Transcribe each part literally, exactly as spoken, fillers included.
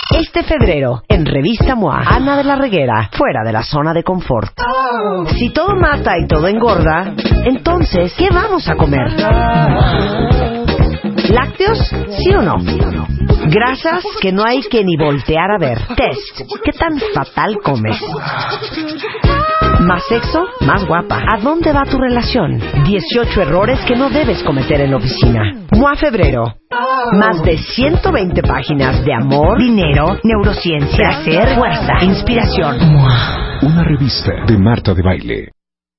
Este febrero, en Revista M O A, Ana de la Reguera, fuera de la zona de confort. Si todo mata y todo engorda, entonces, ¿qué vamos a comer? ¿Lácteos? ¿Sí o no? Grasas que no hay que ni voltear a ver. Test. ¿Qué tan fatal comes? ¿Más sexo? ¿Más guapa? ¿A dónde va tu relación? dieciocho errores que no debes cometer en la oficina. M O A Febrero. Más de ciento veinte páginas de amor, dinero, neurociencia, placer, fuerza, inspiración. M O A. Una revista de Marta de Baile.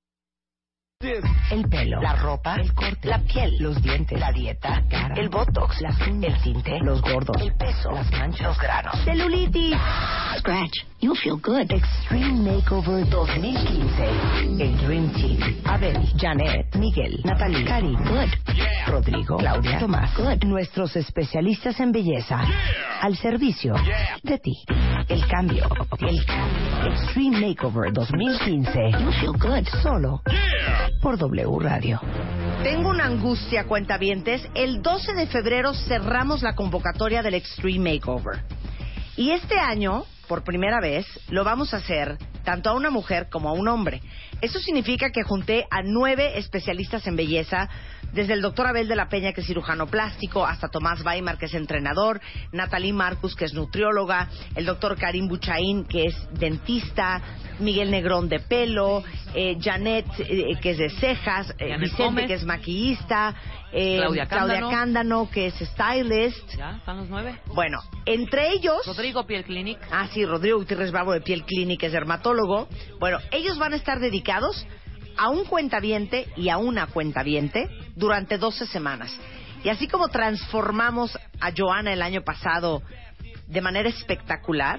El pelo, la ropa, el corte, la piel, los dientes, la dieta, la cara, el botox, las uñas, el tinte, los gordos, el peso, las manchas, los granos, celulitis. Scratch, you'll feel good. Extreme Makeover dos mil quince. El Dream Team. Abel, Janet, Miguel, Natalie, Cari, good. Rodrigo, Claudia, Tomás, good. Nuestros especialistas en belleza al servicio de ti. El cambio, el cambio. Extreme Makeover dos mil quince. You'll feel good. Solo por W Radio. Tengo una angustia, cuentavientes. El doce de febrero cerramos la convocatoria del Extreme Makeover. Y este año, por primera vez, lo vamos a hacer tanto a una mujer como a un hombre. Eso significa que junté a nueve especialistas en belleza, desde el doctor Abel de la Peña, que es cirujano plástico, hasta Tomás Weimar, que es entrenador, Natalie Marcus, que es nutrióloga, el doctor Karim Buchaín, que es dentista, Miguel Negrón de pelo, eh, Janet, eh, que es de cejas, eh, Vicente, Gómez, que es maquillista, eh, Claudia, Cándano. Claudia Cándano, que es stylist. Ya, están los nueve. Bueno, entre ellos... Rodrigo Piel Clinic. Ah, sí, Rodrigo Gutiérrez Bravo de Piel Clinic, es dermatólogo. Bueno, ellos van a estar dedicados a un cuentaviente y a una cuentaviente durante doce semanas. Y así como transformamos a Joana el año pasado de manera espectacular,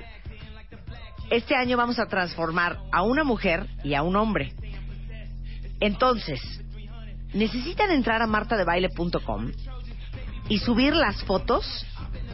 este año vamos a transformar a una mujer y a un hombre. Entonces, necesitan entrar a marta de baile punto com y subir las fotos,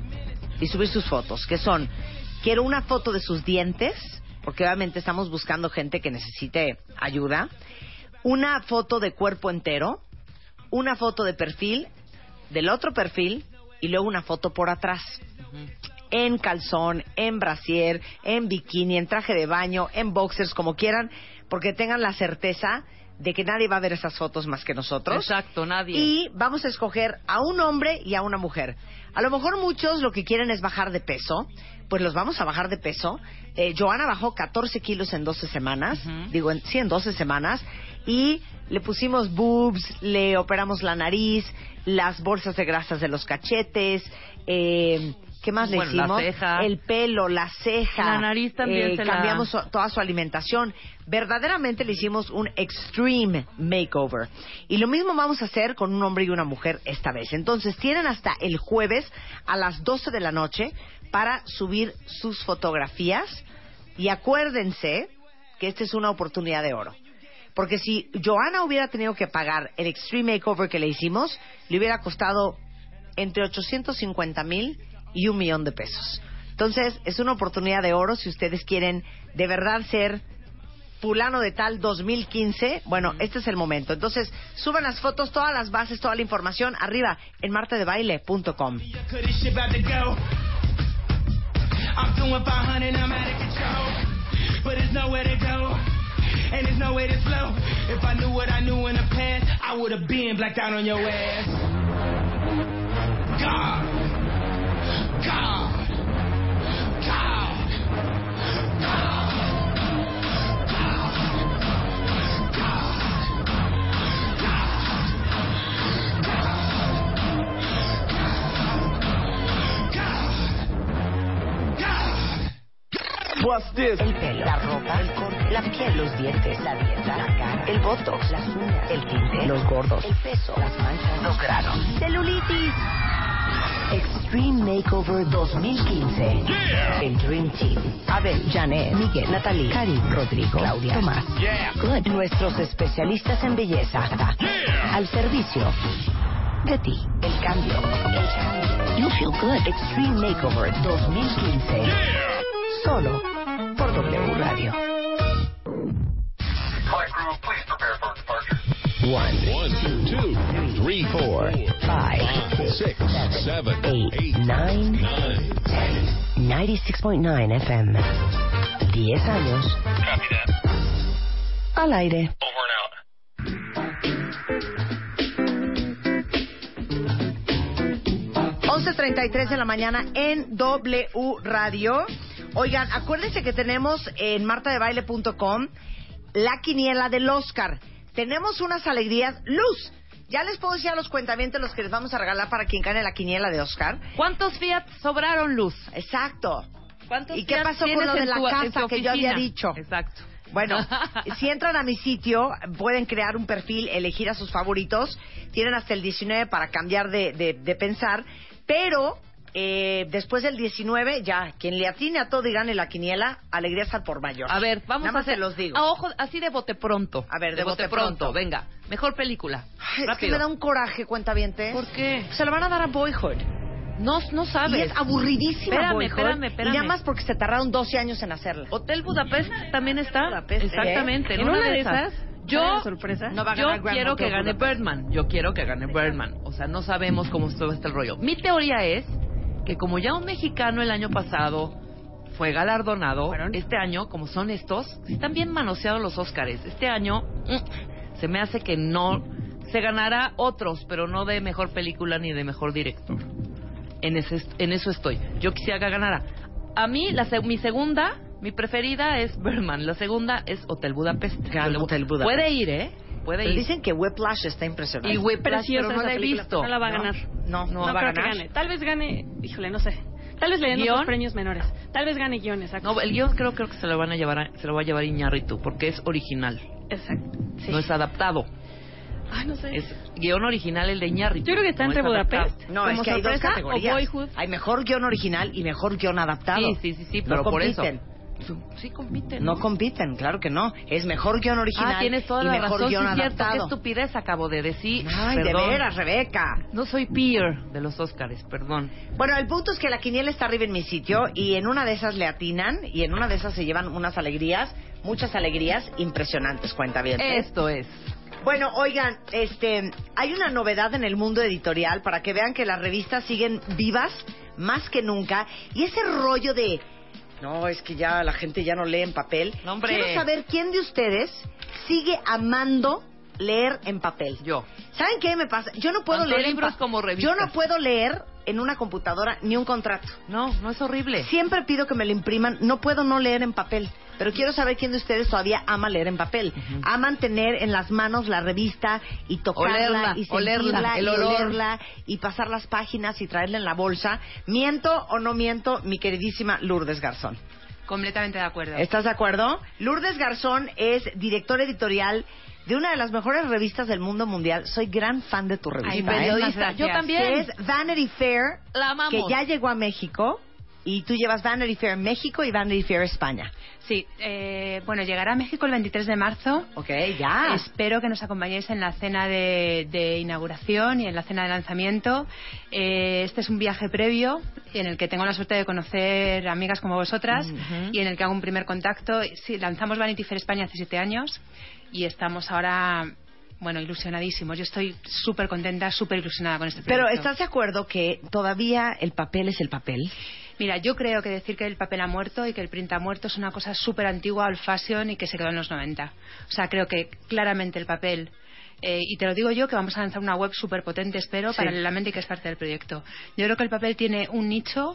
y subir sus fotos, que son, quiero una foto de sus dientes, porque obviamente estamos buscando gente que necesite ayuda, una foto de cuerpo entero, una foto de perfil, del otro perfil, y luego una foto por atrás. Uh-huh. En calzón, en brasier, en bikini, en traje de baño, en boxers, como quieran, porque tengan la certeza de que nadie va a ver esas fotos más que nosotros. Exacto, nadie. Y vamos a escoger a un hombre y a una mujer. A lo mejor muchos lo que quieren es bajar de peso, pues los vamos a bajar de peso. Eh, Joana bajó catorce kilos en doce semanas, uh-huh. digo, en, sí, en doce semanas, y le pusimos boobs, le operamos la nariz, las bolsas de grasas de los cachetes, eh... ¿qué más bueno, le hicimos? La ceja. El pelo, la ceja. La nariz también eh, se cambiamos la... su, toda su alimentación. Verdaderamente le hicimos un extreme makeover. Y lo mismo vamos a hacer con un hombre y una mujer esta vez. Entonces tienen hasta el jueves a las doce de la noche para subir sus fotografías. Y acuérdense que esta es una oportunidad de oro. Porque si Joana hubiera tenido que pagar el extreme makeover que le hicimos, le hubiera costado entre ochocientos cincuenta mil y un millón de pesos. Entonces, es una oportunidad de oro si ustedes quieren de verdad ser fulano de tal dos mil quince. Bueno, este es el momento. Entonces, suban las fotos, todas las bases, toda la información arriba en marta de baile punto com. God, God, What's this? El pelo, la ropa, el corte, la piel, los dientes, la dieta, la cara, el botox, las uñas, el tinte, los gordos, el peso, las manchas, los granos, celulitis. Extreme Makeover dos mil quince. Yeah. El Dream Team. Abel, Janet, Miguel, Natalie, Karim, Rodrigo, Claudia, Tomás. Yeah. Good. Nuestros especialistas en belleza. Yeah. Al servicio de ti. El cambio. El cambio. You feel good. Extreme Makeover dos mil quince. Yeah. Solo por W Radio. Flight crew, please prepare for departure. One, one, two, three, four, five, six, seven, eight, nine, nine, ten, noventa y seis punto nueve F M. Diez años. Copy that. Al aire. Over and out. once treinta y tres de la mañana en W Radio. Oigan, acuérdense que tenemos en marta de baile punto com la quiniela del Oscar. Tenemos unas alegrías. Luz, ya les puedo decir a los cuentavientes los que les vamos a regalar para quien gane la quiniela de Oscar. ¿Cuántos Fiat sobraron, Luz? Exacto. ¿Cuántos ¿Y qué Fiat pasó con tienes lo de en la tu- en casa tu que yo había oficina? dicho? Exacto. Bueno, si entran a mi sitio, pueden crear un perfil, elegir a sus favoritos. Tienen hasta el diecinueve para cambiar de, de, de pensar. Pero eh, después del diecinueve, ya, quien le atine a todo y gane la quiniela, alegrías al por mayor. A ver, vamos Nada a más hacer... te los digo. A ojo, así de bote pronto. A ver, de bote pronto. Venga, mejor película. Ay, es Rápido. que me da un coraje, cuentavientes. ¿Por qué? Se lo van a dar a Boyhood. No, no Y sabes. es aburridísima, Espérame, Boyhood. espérame, espérame. Y nada más porque se tardaron doce años en hacerla. Hotel Budapest también está. Budapest, Exactamente. ¿eh? En una de esas. Yo, sorpresa? No va a yo ganar Grand quiero Hotel que gane Budapest. Birdman. Yo quiero que gane Birdman. O sea, no sabemos cómo estuvo este el rollo. Mi teoría es que como ya un mexicano el año pasado fue galardonado, ¿Fueron? este año, como son estos, están bien manoseados los Óscares. Este año mm, se me hace que no se ganará otros, pero no de mejor película ni de mejor director. En, ese, en eso estoy. Yo quisiera que ganara. A mí, la, se- mi segunda, mi preferida es Birdman. La segunda es Hotel Budapest. Gran Yo le- Hotel Budapest. Puede ir, ¿eh? Puede Pero ir. dicen que Whiplash está impresionante. Y Whiplash, Preciosa pero no esa la he película, visto. No la va a ¿No? ganar. No, no, No, va a creo que ganar. gane. Tal vez gane, híjole, no sé. Tal vez le den ¿Guión? otros premios menores. Tal vez gane guión, exacto. No, el guión creo, creo que se lo van a llevar, a- se lo va a llevar Iñárritu, porque es original, Exacto. Sí. no es adaptado. Ay, no sé. Es guión original el de Iñárritu. Yo creo que está no entre es Budapest. adaptado. No, como es que hay dos sorpresa, categorías. o Boyhood. Hay mejor guión original y mejor guión adaptado. Sí, sí, sí, sí, No pero por eso. compiten. Sí compiten. No compiten, claro que no. Es mejor guión original Ah, tienes toda y la mejor razón, sí guión es cierto. Qué adaptado. estupidez acabo de decir. Ay, Perdón. de veras, Rebeca. No soy peer de los Óscares, perdón. Bueno, el punto es que la quiniela está arriba en mi sitio y en una de esas le atinan y en una de esas se llevan unas alegrías, muchas alegrías impresionantes, cuenta bien. Esto es. Bueno, oigan, este, hay una novedad en el mundo editorial para que vean que las revistas siguen vivas más que nunca y ese rollo de no, es que ya la gente ya no lee en papel. No, hombre. Quiero saber quién de ustedes sigue amando leer en papel. Yo. ¿Saben qué me pasa? Yo no puedo Tanto leer en libros pa- como revistas. Yo no puedo leer en una computadora ni un contrato. No, no es horrible. Siempre pido que me lo impriman. No puedo no leer en papel. Pero quiero saber quién de ustedes todavía ama leer en papel. Aman tener en las manos la revista y tocarla Olerla, y sentirla olerla, el y olor. olerla y pasar las páginas y traerla en la bolsa. ¿Miento o no miento, mi queridísima Lourdes Garzón? Completamente de acuerdo. ¿Estás de acuerdo? Lourdes Garzón es directora editorial de una de las mejores revistas del mundo mundial. Soy gran fan de tu revista. Ay, ¿eh? periodista. Yo también. Que es Vanity Fair, La amamos. que ya llegó a México. Y tú llevas Vanity Fair México y Vanity Fair España. Sí, eh, bueno, llegará a México el veintitrés de marzo. Ok, ya. Espero que nos acompañéis en la cena de, de inauguración y en la cena de lanzamiento. Eh, este es un viaje previo en el que tengo la suerte de conocer amigas como vosotras Ujú. y en el que hago un primer contacto. Sí, lanzamos Vanity Fair España hace siete años y estamos ahora, bueno, ilusionadísimos. Yo estoy súper contenta, súper ilusionada con este proyecto. Pero ¿estás de acuerdo que todavía el papel es el papel? Mira, yo creo que decir que el papel ha muerto y que el print ha muerto es una cosa súper antigua, old fashion y que se quedó en los noventa. O sea, creo que claramente el papel, eh, y te lo digo yo, que vamos a lanzar una web súper potente, espero, Sí. paralelamente, y que es parte del proyecto. Yo creo que el papel tiene un nicho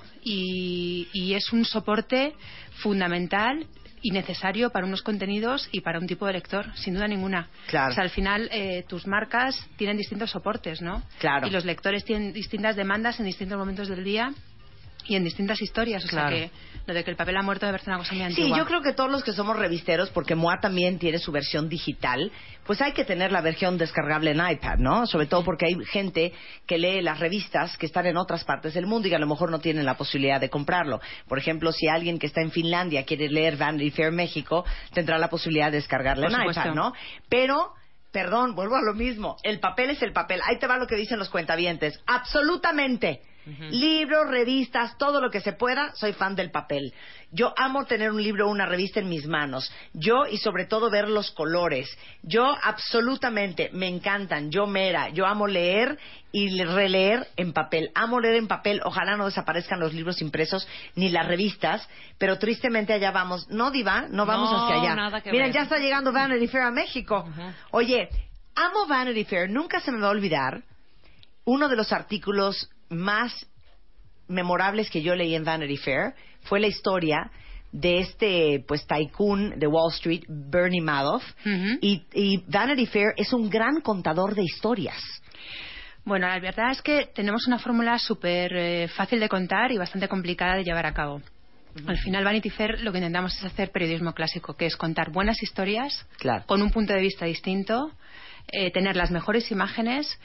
y, y es un soporte fundamental y necesario para unos contenidos y para un tipo de lector, sin duda ninguna. Claro. O sea, al final eh, tus marcas tienen distintos soportes, ¿no? Claro. Y los lectores tienen distintas demandas en distintos momentos del día y en distintas historias. O Claro. sea que lo de que el papel ha muerto me parece una cosa muy Sí, antigua. yo creo que todos los que somos revisteros, porque M O A también tiene su versión digital, pues hay que tener la versión descargable en iPad, ¿no? Sobre todo porque hay gente que lee las revistas que están en otras partes del mundo y que a lo mejor no tienen la posibilidad de comprarlo. Por ejemplo, si alguien que está en Finlandia quiere leer Vanity Fair México, tendrá la posibilidad de descargarla Por en supuesto. iPad, ¿no? Pero... Perdón, vuelvo a lo mismo. El papel es el papel. Ahí te va lo que dicen los cuentavientes. Absolutamente Uh-huh. Libros, revistas, todo lo que se pueda, soy fan del papel. Yo amo tener un libro o una revista en mis manos. Yo, y sobre todo, ver los colores. Yo, absolutamente, me encantan. Yo, mera, yo amo leer y releer en papel. Amo leer en papel. Ojalá no desaparezcan los libros impresos ni las revistas, pero tristemente allá vamos. No, Diva, no vamos no, hacia allá. Nada que Miren, ver. ya está llegando Vanity Fair a México. Uh-huh. Oye, amo Vanity Fair. Nunca se me va a olvidar uno de los artículos más memorables que yo leí en Vanity Fair fue la historia de este pues tycoon de Wall Street, Bernie Madoff, uh-huh. y, y Vanity Fair es un gran contador de historias. Bueno, la verdad es que tenemos una fórmula súper eh, fácil de contar y bastante complicada de llevar a cabo. Uh-huh. Al final, Vanity Fair lo que intentamos es hacer periodismo clásico, que es contar buenas historias, claro, con un punto de vista distinto, eh, tener las mejores imágenes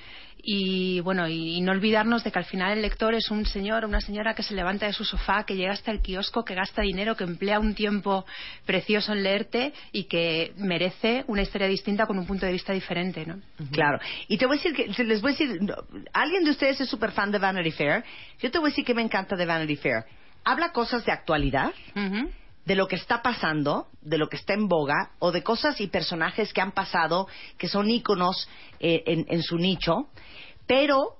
y bueno y, y no olvidarnos de que al final el lector es un señor o una señora que se levanta de su sofá, que llega hasta el kiosco, que gasta dinero, que emplea un tiempo precioso en leerte y que merece una historia distinta con un punto de vista diferente, ¿no? Uh-huh. Claro. Y te voy a decir que les voy a decir, no, alguien de ustedes es súper fan de Vanity Fair. Yo te voy a decir que me encanta de Vanity Fair. Habla cosas de actualidad, uh-huh, de lo que está pasando, de lo que está en boga, o de cosas y personajes que han pasado, que son íconos eh, en, en su nicho, pero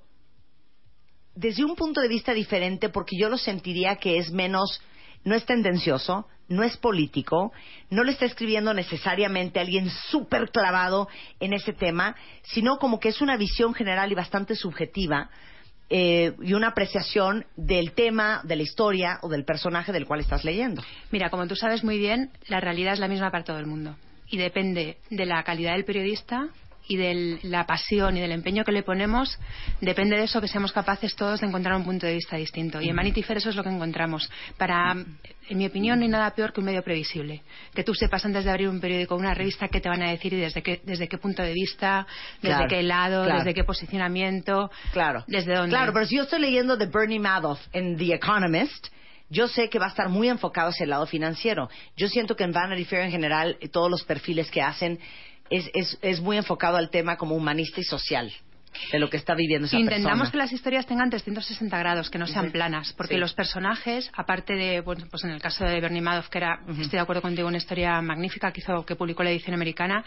desde un punto de vista diferente, porque yo lo sentiría que es menos, no es tendencioso, no es político, no le está escribiendo necesariamente a alguien súper clavado en ese tema, sino como que es una visión general y bastante subjetiva, Eh, y una apreciación del tema, de la historia o del personaje del cual estás leyendo. Mira, como tú sabes muy bien, la realidad es la misma para todo el mundo y depende de la calidad del periodista y de la pasión y del empeño que le ponemos, depende de eso que seamos capaces todos de encontrar un punto de vista distinto. Y en Vanity Fair eso es lo que encontramos. Para, en mi opinión, no hay nada peor que un medio previsible. Que tú sepas antes de abrir un periódico o una revista qué te van a decir y desde qué, desde qué punto de vista, desde claro, qué lado, claro, desde qué posicionamiento, claro, desde dónde. Claro, pero si yo estoy leyendo de Bernie Madoff en The Economist, yo sé que va a estar muy enfocado hacia el lado financiero. Yo siento que en Vanity Fair en general, todos los perfiles que hacen Es, es, es muy enfocado al tema como humanista y social de lo que está viviendo esa Intentamos persona. que las historias tengan trescientos sesenta grados, que no sean Sí. planas, porque Sí. los personajes, aparte de, bueno, pues en el caso de Bernie Madoff, que era, uh-huh, estoy de acuerdo contigo, una historia magnífica que hizo, que publicó la edición americana,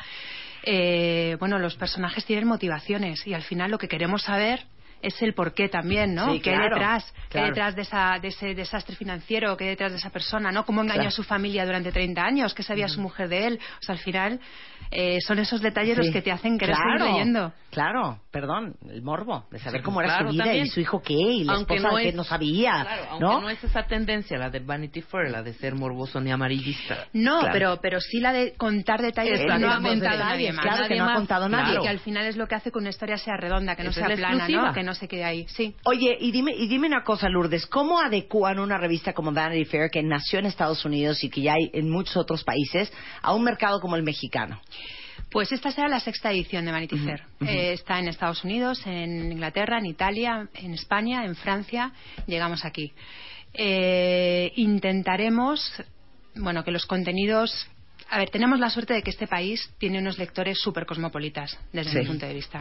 eh, bueno, los personajes tienen motivaciones y al final lo que queremos saber es el porqué también, ¿no? Sí, ¿Qué claro, hay detrás? claro. ¿Qué hay detrás de, esa, de ese desastre financiero? ¿Qué hay detrás de esa persona? ¿No? ¿Cómo engañó Claro. a su familia durante treinta años? ¿Qué sabía uh-huh. su mujer de él? O sea, al final eh, son esos detalles sí. los que te hacen querer claro, seguir leyendo. Claro, perdón, el morbo de saber sí, cómo era claro, su vida también. y su hijo qué y la aunque esposa no que es, no sabía, claro, ¿no? Aunque no es esa tendencia, la de Vanity Fair, la de ser morboso ni amarillista. No, claro. pero pero sí la de contar detalles Es que no ha de contado nadie detalles, más. claro, que no ha contado nadie. Claro. Y que al final es lo que hace que una historia sea redonda, que no Esa sea es la plana, exclusiva. ¿no? Que no se quede ahí. Sí. Oye, y dime, y dime una cosa, Lourdes, ¿cómo adecúan una revista como Vanity Fair, que nació en Estados Unidos y que ya hay en muchos otros países, a un mercado como el mexicano? Pues esta será la sexta edición de Vanity Fair. Uh-huh. Eh, está en Estados Unidos, en Inglaterra, en Italia, en España, en Francia. Llegamos aquí. Eh, intentaremos, bueno, que los contenidos... A ver, tenemos la suerte de que este país tiene unos lectores súper cosmopolitas, desde sí. mi punto de vista.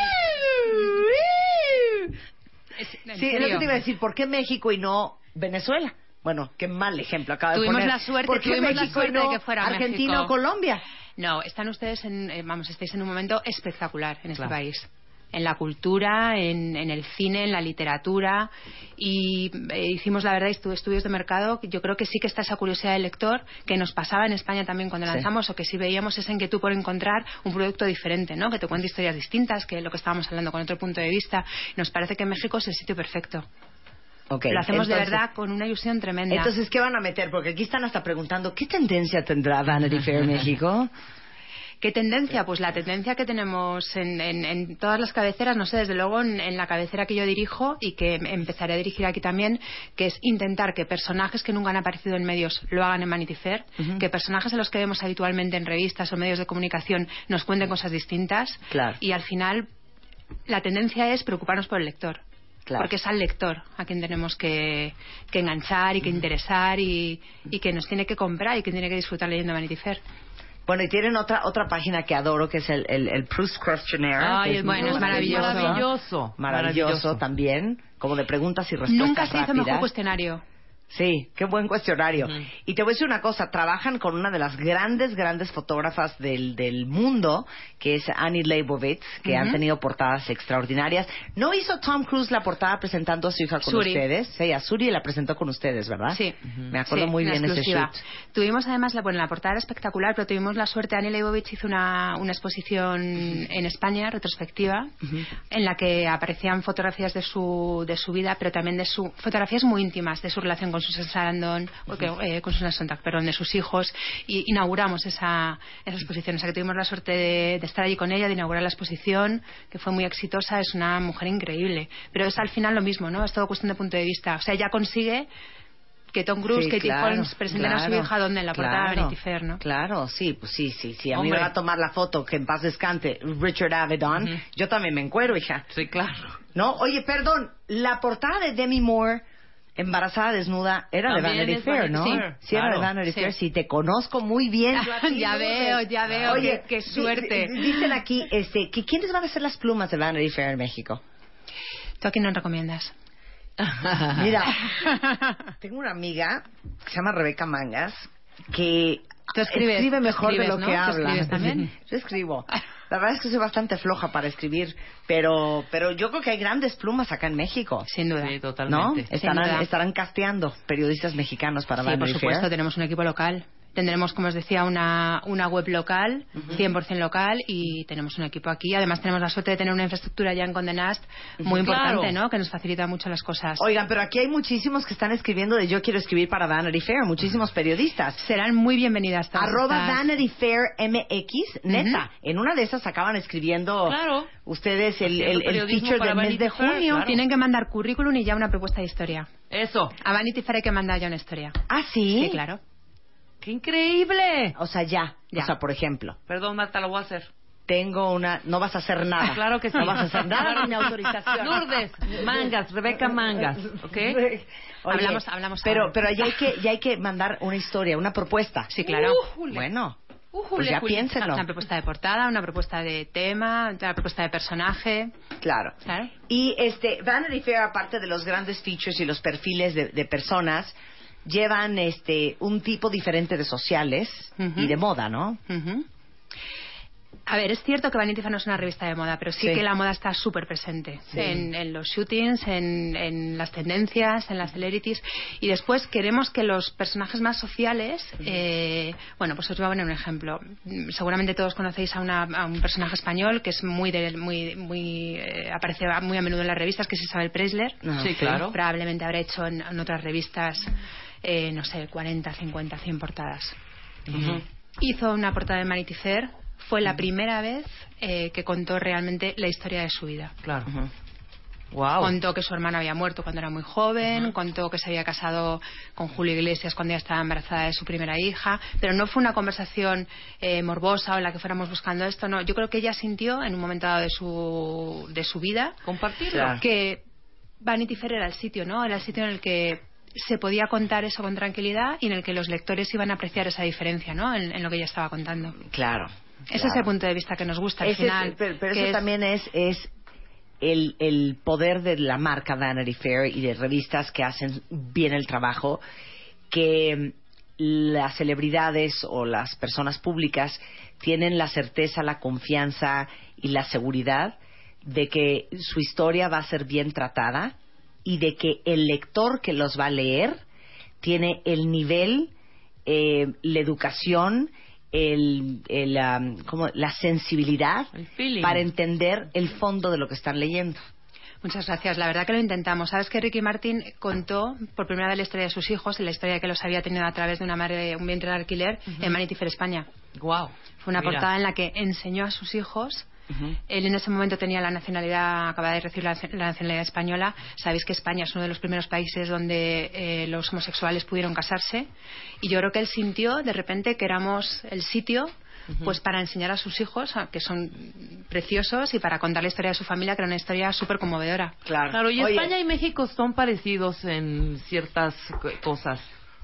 Es, sí, es lo que te iba a decir. ¿Por qué México y no Venezuela? Bueno, qué mal ejemplo acaba tuvimos de poner. La suerte, ¿Por qué tuvimos México la suerte y no de que fuera Argentina México. o Colombia? No, están ustedes en, eh, vamos, estáis en un momento espectacular en este claro. país. En la cultura, en, en el cine, en la literatura. Y eh, hicimos, la verdad, estudios de mercado. Yo creo que sí que está esa curiosidad del lector, que nos pasaba en España también cuando sí. lanzamos, o que sí veíamos esa inquietud por encontrar un producto diferente, ¿no? Que te cuente historias distintas, que lo que estábamos hablando con otro punto de vista. Nos parece que México es el sitio perfecto. Okay, lo hacemos entonces, de verdad con una ilusión tremenda. Entonces, ¿qué van a meter? Porque aquí están hasta preguntando, ¿qué tendencia tendrá Vanity Fair México? ¿Qué tendencia? Pues la tendencia que tenemos en, en, en todas las cabeceras, no sé, desde luego en, en la cabecera que yo dirijo y que empezaré a dirigir aquí también, que es intentar que personajes que nunca han aparecido en medios lo hagan en Vanity Fair, uh-huh. que personajes a los que vemos habitualmente en revistas o medios de comunicación nos cuenten cosas distintas, claro. y al final la tendencia es preocuparnos por el lector. Claro. Porque es al lector a quien tenemos que, que enganchar y que interesar y, y que nos tiene que comprar y que tiene que disfrutar leyendo Vanity Fair. Bueno, y tienen otra otra página que adoro, que es el, el, el Proust Questionnaire. Ay, que es bueno, es maravilloso. Maravilloso. Maravilloso también, como de preguntas y respuestas Nunca se hizo rápidas. mejor cuestionario. Sí, qué buen cuestionario. Uh-huh. Y te voy a decir una cosa, trabajan con una de las grandes, grandes fotógrafas del, del mundo, que es Annie Leibovitz, que Uh-huh. han tenido portadas extraordinarias. ¿No hizo Tom Cruise la portada presentando a su hija con Suri. ustedes? Sí, a Suri la presentó con ustedes, ¿verdad? Sí. Me acuerdo Sí, muy una bien ese exclusiva. shoot. Tuvimos además, la, bueno, la portada era espectacular, pero tuvimos la suerte, Annie Leibovitz hizo una, una exposición en España, retrospectiva, en la que aparecían fotografías de su, de su vida, pero también de su, fotografías muy íntimas de su relación con Susan Sarandon, o que, eh, con Susan Sontag, perdón, de sus hijos, y inauguramos esa, esa exposición. O sea que tuvimos la suerte de, de estar allí con ella, de inaugurar la exposición, que fue muy exitosa. Es una mujer increíble, pero es al final lo mismo, ¿no? Es todo cuestión de punto de vista. O sea, ella consigue que Tom Cruise, Sí, Katie claro, Holmes presenten claro, a su hija donde en la portada de claro, Vanity Fair, ¿no? Claro, sí, pues sí, sí, sí. A mí Hombre. me va a tomar la foto, que en paz descanse, Richard Avedon. Ujú. Yo también me encuero, hija. Sí, claro. No, oye, perdón, la portada de Demi Moore, embarazada desnuda, era de También Vanity es Fair, Vanity ¿no? Fair, Sí, era de claro. Vanity Sí. Fair. Sí, te conozco muy bien. yo a ti, Ya Lourdes. veo, ya veo, Oye, qué- qué di- suerte. di- Dicen aquí, este, que ¿quiénes van a ser las plumas de Vanity Fair en México? ¿Tú a quién nos recomiendas? Mira, tengo una amiga que se llama Rebeca Mangas, que Tú escribes, escribe mejor escribes, de lo ¿no? que ¿Tú habla. escribes también? Yo escribo. La verdad es que soy bastante floja para escribir, pero pero yo creo que hay grandes plumas acá en México. Sin duda. Sí, ¿No? totalmente. Sin Estarán, duda. estarán casteando periodistas mexicanos para Sí, por Vanity supuesto, Fair. tenemos un equipo local. Tendremos, como os decía, una, una web local, cien por ciento local, y tenemos un equipo aquí. Además, tenemos la suerte de tener una infraestructura ya en Condé Nast muy Claro. importante, ¿no? Que nos facilita mucho las cosas. Oigan, pero aquí hay muchísimos que están escribiendo de yo quiero escribir para Vanity Fair, muchísimos periodistas. Serán muy bienvenidas todas Arroba estas- Vanity Fair M X, neta. En una de esas acaban escribiendo Claro. ustedes el, Haciendo el, el periodismo feature para del mes Vanity de Fair, junio. claro. Tienen que mandar currículum y ya una propuesta de historia. Eso. A Vanity Fair hay que mandar ya una historia. Ah, sí. Sí, claro. ¡Qué increíble! O sea, ya. Ya. O sea, por ejemplo, Perdón, Marta, lo voy a hacer. tengo una. No vas a hacer nada. Claro que sí. No vas a hacer nada sin mi autorización. Lourdes, Mangas, Rebeca Mangas, ¿ok? Oye, Hablamos- hablamos Pero, ahora. pero ya hay que, ya hay que mandar una historia, una propuesta. Sí, claro. Bueno, Uh, pues ya piénselo. Una propuesta de portada, una propuesta de tema, una propuesta de personaje. Claro. Claro. Y este Vanity Fair, aparte de los grandes features y los perfiles de, de personas, llevan este un tipo diferente de sociales Ujú. y de moda, ¿no? Ujú. A ver, es cierto que Vanity Fair no es una revista de moda, pero sí, Sí. que la moda está súper presente en, en los shootings, en, en las tendencias, en las celebrities. Y después queremos que los personajes más sociales, eh, bueno, pues os voy a poner un ejemplo. Mm, Seguramente todos conocéis a, una- a un personaje español que es muy, de, muy, muy eh, aparece muy a menudo en las revistas, que es Isabel Preisler. Ah, Sí, claro. Probablemente habrá hecho en, en otras revistas, eh, no sé, cuarenta, cincuenta, cien portadas. Ujú. Hizo una portada de Vanity Fair. Fue la primera vez eh, que contó realmente la historia de su vida. Claro. Ujú. Wow. Contó que su hermana había muerto cuando era muy joven, contó que se había casado con Julio Iglesias cuando ya estaba embarazada de su primera hija, pero no fue una conversación eh, morbosa o en la que fuéramos buscando esto, no. Yo creo que ella sintió en un momento dado de su, de su vida Compartirlo. Claro. que Vanity Fair era el sitio, ¿no? Era el sitio en el que se podía contar eso con tranquilidad y en el que los lectores iban a apreciar esa diferencia, ¿no? En, en lo que ella estaba contando. Claro. Ese es claro. el punto de vista que nos gusta al Ese es- final. pero pero que eso es- también es, es el, el poder de la marca Vanity Fair y de revistas que hacen bien el trabajo, que las celebridades o las personas públicas tienen la certeza, la confianza y la seguridad de que su historia va a ser bien tratada y de que el lector que los va a leer tiene el nivel, eh, la educación, el, el, um, como la sensibilidad El feeling. para entender el fondo de lo que están leyendo. Muchas gracias. La verdad que lo intentamos. Sabes que Ricky Martin contó por primera vez la historia de sus hijos y la historia que los había tenido a través de una madre, un vientre de alquiler en Vanity Fair España. Wow. Fue una Mira. portada en la que enseñó a sus hijos. Él en ese momento tenía la nacionalidad, acababa de recibir la, la nacionalidad española. Sabéis que España es uno de los primeros países donde eh, los homosexuales pudieron casarse. Y yo creo que él sintió de repente que éramos el sitio pues para enseñar a sus hijos, a- que son preciosos, y para contar la historia de su familia, que era una historia súper conmovedora. Claro. Claro, y Oye, España y México son parecidos en ciertas co- cosas.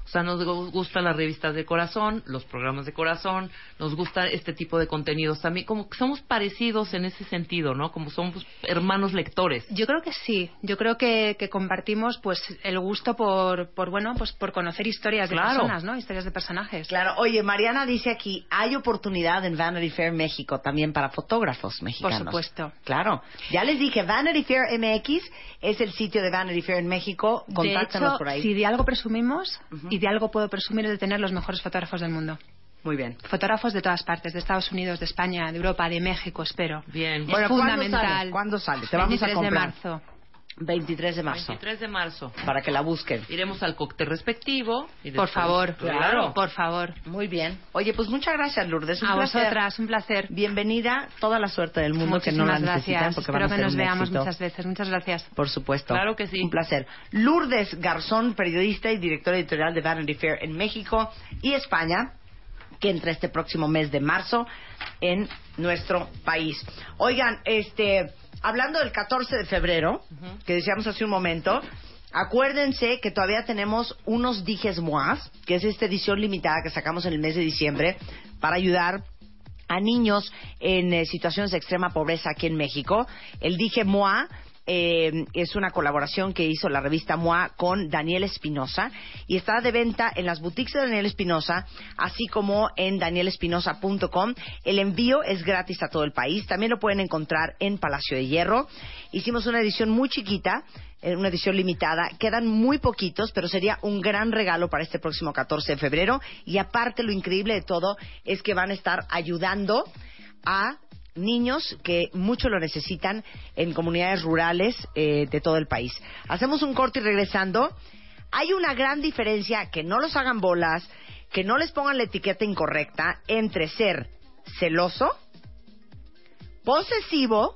O sea, nos gustan las revistas de corazón, los programas de corazón, nos gusta este tipo de contenidos también, como que somos parecidos en ese sentido, ¿no? Como somos hermanos lectores. Yo creo que sí, yo creo que, que compartimos pues el gusto por, por bueno, pues por conocer historias de Claro. personas, ¿no? Historias de personajes. Claro, oye, Mariana dice aquí, hay oportunidad en Vanity Fair México también para fotógrafos mexicanos. Por supuesto. Claro, ya les dije, Vanity Fair M X es el sitio de Vanity Fair en México, De contáctanos hecho, por ahí. si de algo presumimos, Ujú. y de algo puedo presumir, es de tener los mejores fotógrafos del mundo. Muy bien. Fotógrafos de todas partes, de Estados Unidos, de España, de Europa, de México, espero. Bien. Es Bueno, ¿cuándo fundamental. sale? ¿Cuándo sale? Te vamos a veintitrés de comprar. marzo. veintitrés de marzo, veintitrés de marzo. para que la busquen. Iremos al cóctel respectivo. Y Por después- favor, Claro. por favor. Muy bien. Oye, pues muchas gracias, Lourdes. Un A placer. vosotras, un placer. Bienvenida, toda la suerte del mundo, que no Muchísimas la necesitan gracias. porque Espero van a que ser nos un veamos éxito. muchas veces. Muchas gracias. Por supuesto. Claro que sí. Un placer. Lourdes Garzón, periodista y directora editorial de Vanity Fair en México y España, que entra este próximo mes de marzo en nuestro país. Oigan, este, hablando del catorce de febrero, Ujú. que decíamos hace un momento, acuérdense que todavía tenemos unos Dijes Moas, que es esta edición limitada que sacamos en el mes de diciembre para ayudar a niños en eh, situaciones de extrema pobreza aquí en México. El Dije Moa eh, es una colaboración que hizo la revista Moa con Daniel Espinosa y está de venta en las boutiques de Daniel Espinosa, así como en daniel espinosa punto com. El envío es gratis a todo el país. También lo pueden encontrar en Palacio de Hierro. Hicimos una edición muy chiquita, eh, una edición limitada. Quedan muy poquitos, pero sería un gran regalo para este próximo catorce de febrero. Y aparte, lo increíble de todo es que van a estar ayudando a niños que mucho lo necesitan en comunidades rurales eh, de todo el país. Hacemos un corte y regresando. Hay una gran diferencia, que no los hagan bolas, que no les pongan la etiqueta incorrecta, entre ser celoso, posesivo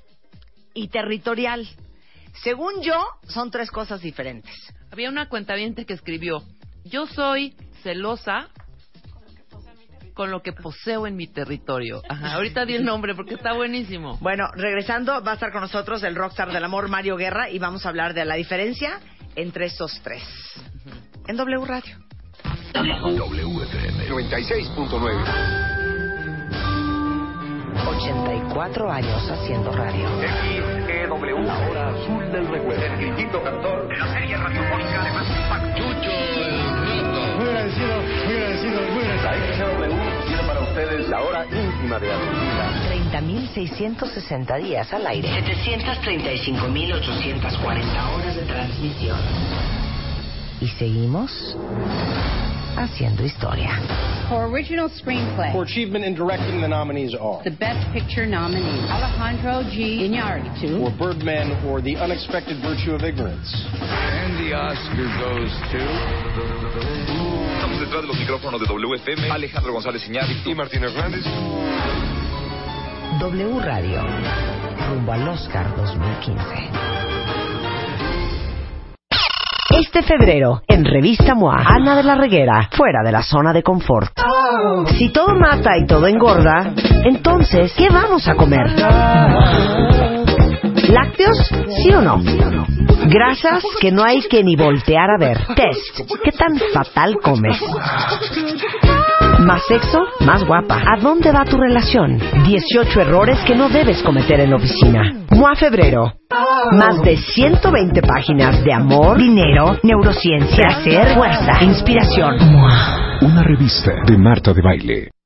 y territorial. Según yo, son tres cosas diferentes. Había una cuentaviente que escribió: yo soy celosa con lo que poseo en mi territorio. Ajá, ahorita di el nombre porque está buenísimo. Bueno, regresando, va a estar con nosotros el rockstar del amor, Mario Guerra, y vamos a hablar de la diferencia entre estos tres. En W Radio. W F M noventa y seis punto nueve. ochenta y cuatro años haciendo radio. X E W, la hora azul del recuerdo. El distinto cantor de la serie radiofónica de más impacto. Chucho el Roto. Muy agradecido, muy agradecido, muy agradecido. La X E W tiene para ustedes la hora íntima de Argentina. treinta mil seiscientos sesenta días al aire. setecientas treinta y cinco mil ochocientas cuarenta horas de transmisión. Y seguimos haciendo historia. For original screenplay, For achievement in directing, the nominees are the Best Picture nominees, Alejandro G. Iñárritu, for Birdman or The Unexpected Virtue of Ignorance. And the Oscar goes to... Estamos detrás de los micrófonos de W F M, Alejandro González Iñárritu y Martín Hernández. W Radio, rumbo al Oscar dos mil quince. Este febrero, en Revista MOA, Ana de la Reguera, fuera de la zona de confort. Si todo mata y todo engorda, entonces, ¿qué vamos a comer? ¿Lácteos? ¿Sí o no? Grasas que no hay que ni voltear a ver. Test. ¿Qué tan fatal comes? Más sexo, más guapa. ¿A dónde va tu relación? dieciocho errores que no debes cometer en la oficina. MOA Febrero. Más de ciento veinte páginas de amor, dinero, neurociencia, placer, fuerza, inspiración. MOA. Una revista de Marta de Baile.